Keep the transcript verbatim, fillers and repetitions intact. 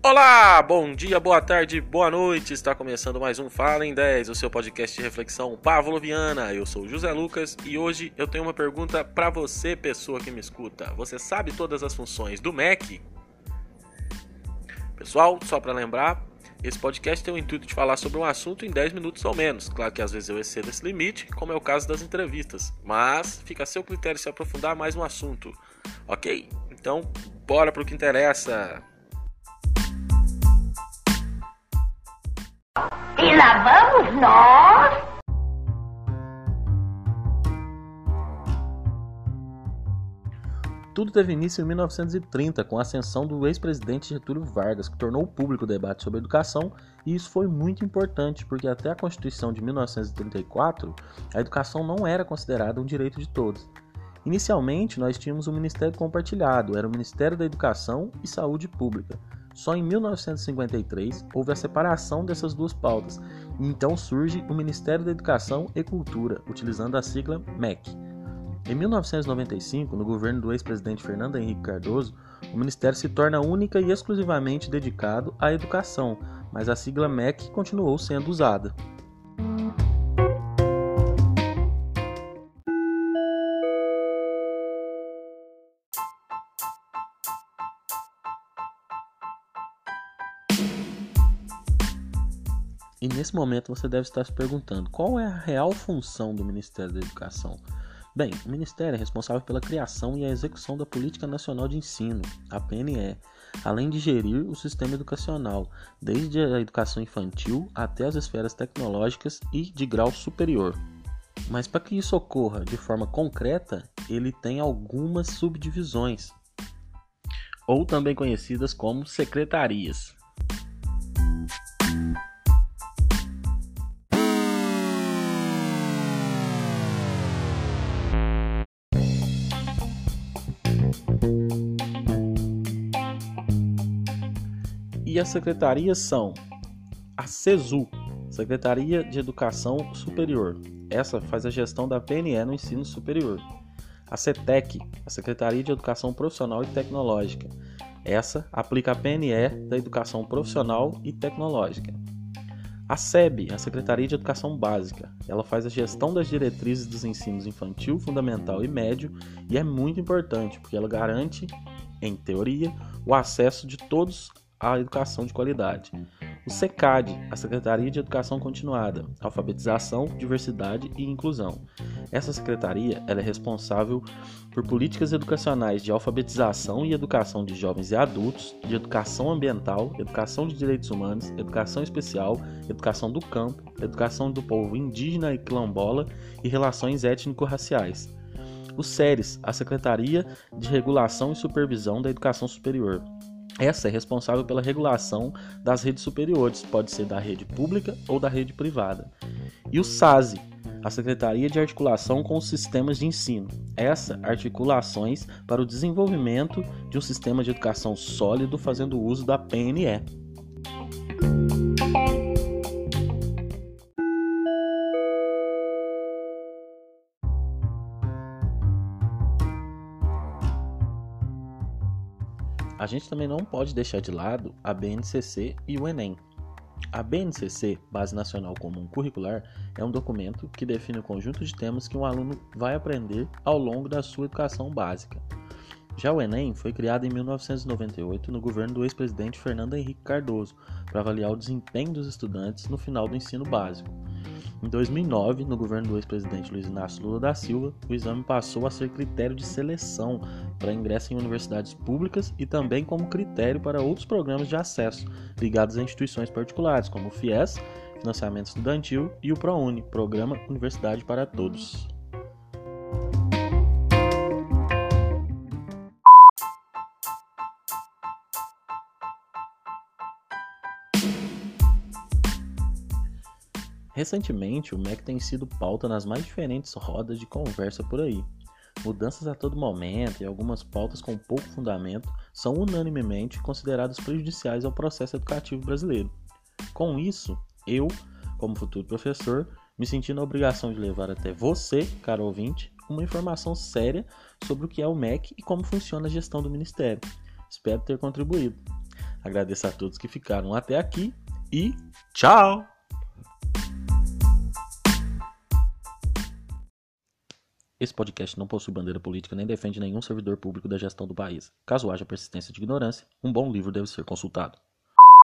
Olá, bom dia, boa tarde, boa noite. Está começando mais um Fala em dez, o seu podcast de reflexão pavloviana. Eu sou o José Lucas e hoje eu tenho uma pergunta para você, pessoa que me escuta. Você sabe todas as funções do Mac? Pessoal, só para lembrar, esse podcast tem o intuito de falar sobre um assunto em dez minutos ou menos. Claro que às vezes eu excedo esse limite, como é o caso das entrevistas, mas fica a seu critério se aprofundar mais no assunto, ok? Então, bora pro que interessa. E lá vamos nós! Tudo teve início em mil novecentos e trinta, com a ascensão do ex-presidente Getúlio Vargas, que tornou público o debate sobre educação, e isso foi muito importante, porque até a Constituição de mil novecentos e trinta e quatro, a educação não era considerada um direito de todos. Inicialmente, nós tínhamos um ministério compartilhado, era o Ministério da Educação e Saúde Pública. Só em mil novecentos e cinquenta e três houve a separação dessas duas pautas, e então surge o Ministério da Educação e Cultura, utilizando a sigla M E C. Em mil novecentos e noventa e cinco, no governo do ex-presidente Fernando Henrique Cardoso, o Ministério se torna única e exclusivamente dedicado à educação, mas a sigla M E C continuou sendo usada. E nesse momento você deve estar se perguntando, qual é a real função do Ministério da Educação? Bem, o Ministério é responsável pela criação e a execução da Política Nacional de Ensino, a P N E, além de gerir o sistema educacional, desde a educação infantil até as esferas tecnológicas e de grau superior. Mas para que isso ocorra de forma concreta, ele tem algumas subdivisões, ou também conhecidas como secretarias. E as secretarias são a SESU, Secretaria de Educação Superior. Essa faz a gestão da P N E no ensino superior. A CETEC, a Secretaria de Educação Profissional e Tecnológica. Essa aplica a P N E da Educação Profissional e Tecnológica. A SEB, a Secretaria de Educação Básica. Ela faz a gestão das diretrizes dos ensinos infantil, fundamental e médio e é muito importante porque ela garante, em teoria, o acesso de todos à educação de qualidade. O SECAD, a Secretaria de Educação Continuada, Alfabetização, Diversidade e Inclusão. Essa secretaria ela é responsável por políticas educacionais de alfabetização e educação de jovens e adultos, de educação ambiental, educação de direitos humanos, educação especial, educação do campo, educação do povo indígena e quilombola e relações étnico-raciais. O SERES, a Secretaria de Regulação e Supervisão da Educação Superior. Essa é responsável pela regulação das redes superiores, pode ser da rede pública ou da rede privada. E o SASE, a Secretaria de Articulação com os Sistemas de Ensino. Essa articula ações para o desenvolvimento de um sistema de educação sólido fazendo uso da P N E. A gente também não pode deixar de lado a B N C C e o Enem. A B N C C, Base Nacional Comum Curricular, é um documento que define o conjunto de temas que um aluno vai aprender ao longo da sua educação básica. Já o Enem foi criado em mil novecentos e noventa e oito no governo do ex-presidente Fernando Henrique Cardoso para avaliar o desempenho dos estudantes no final do ensino básico. Em dois mil e nove, no governo do ex-presidente Luiz Inácio Lula da Silva, o exame passou a ser critério de seleção para ingresso em universidades públicas e também como critério para outros programas de acesso ligados a instituições particulares, como o FIES, Financiamento Estudantil, e o ProUni, Programa Universidade para Todos. Recentemente, o M E C tem sido pauta nas mais diferentes rodas de conversa por aí. Mudanças a todo momento e algumas pautas com pouco fundamento são unanimemente consideradas prejudiciais ao processo educativo brasileiro. Com isso, eu, como futuro professor, me senti na obrigação de levar até você, caro ouvinte, uma informação séria sobre o que é o M E C e como funciona a gestão do Ministério. Espero ter contribuído. Agradeço a todos que ficaram até aqui e tchau! Esse podcast não possui bandeira política nem defende nenhum servidor público da gestão do país. Caso haja persistência de ignorância, um bom livro deve ser consultado.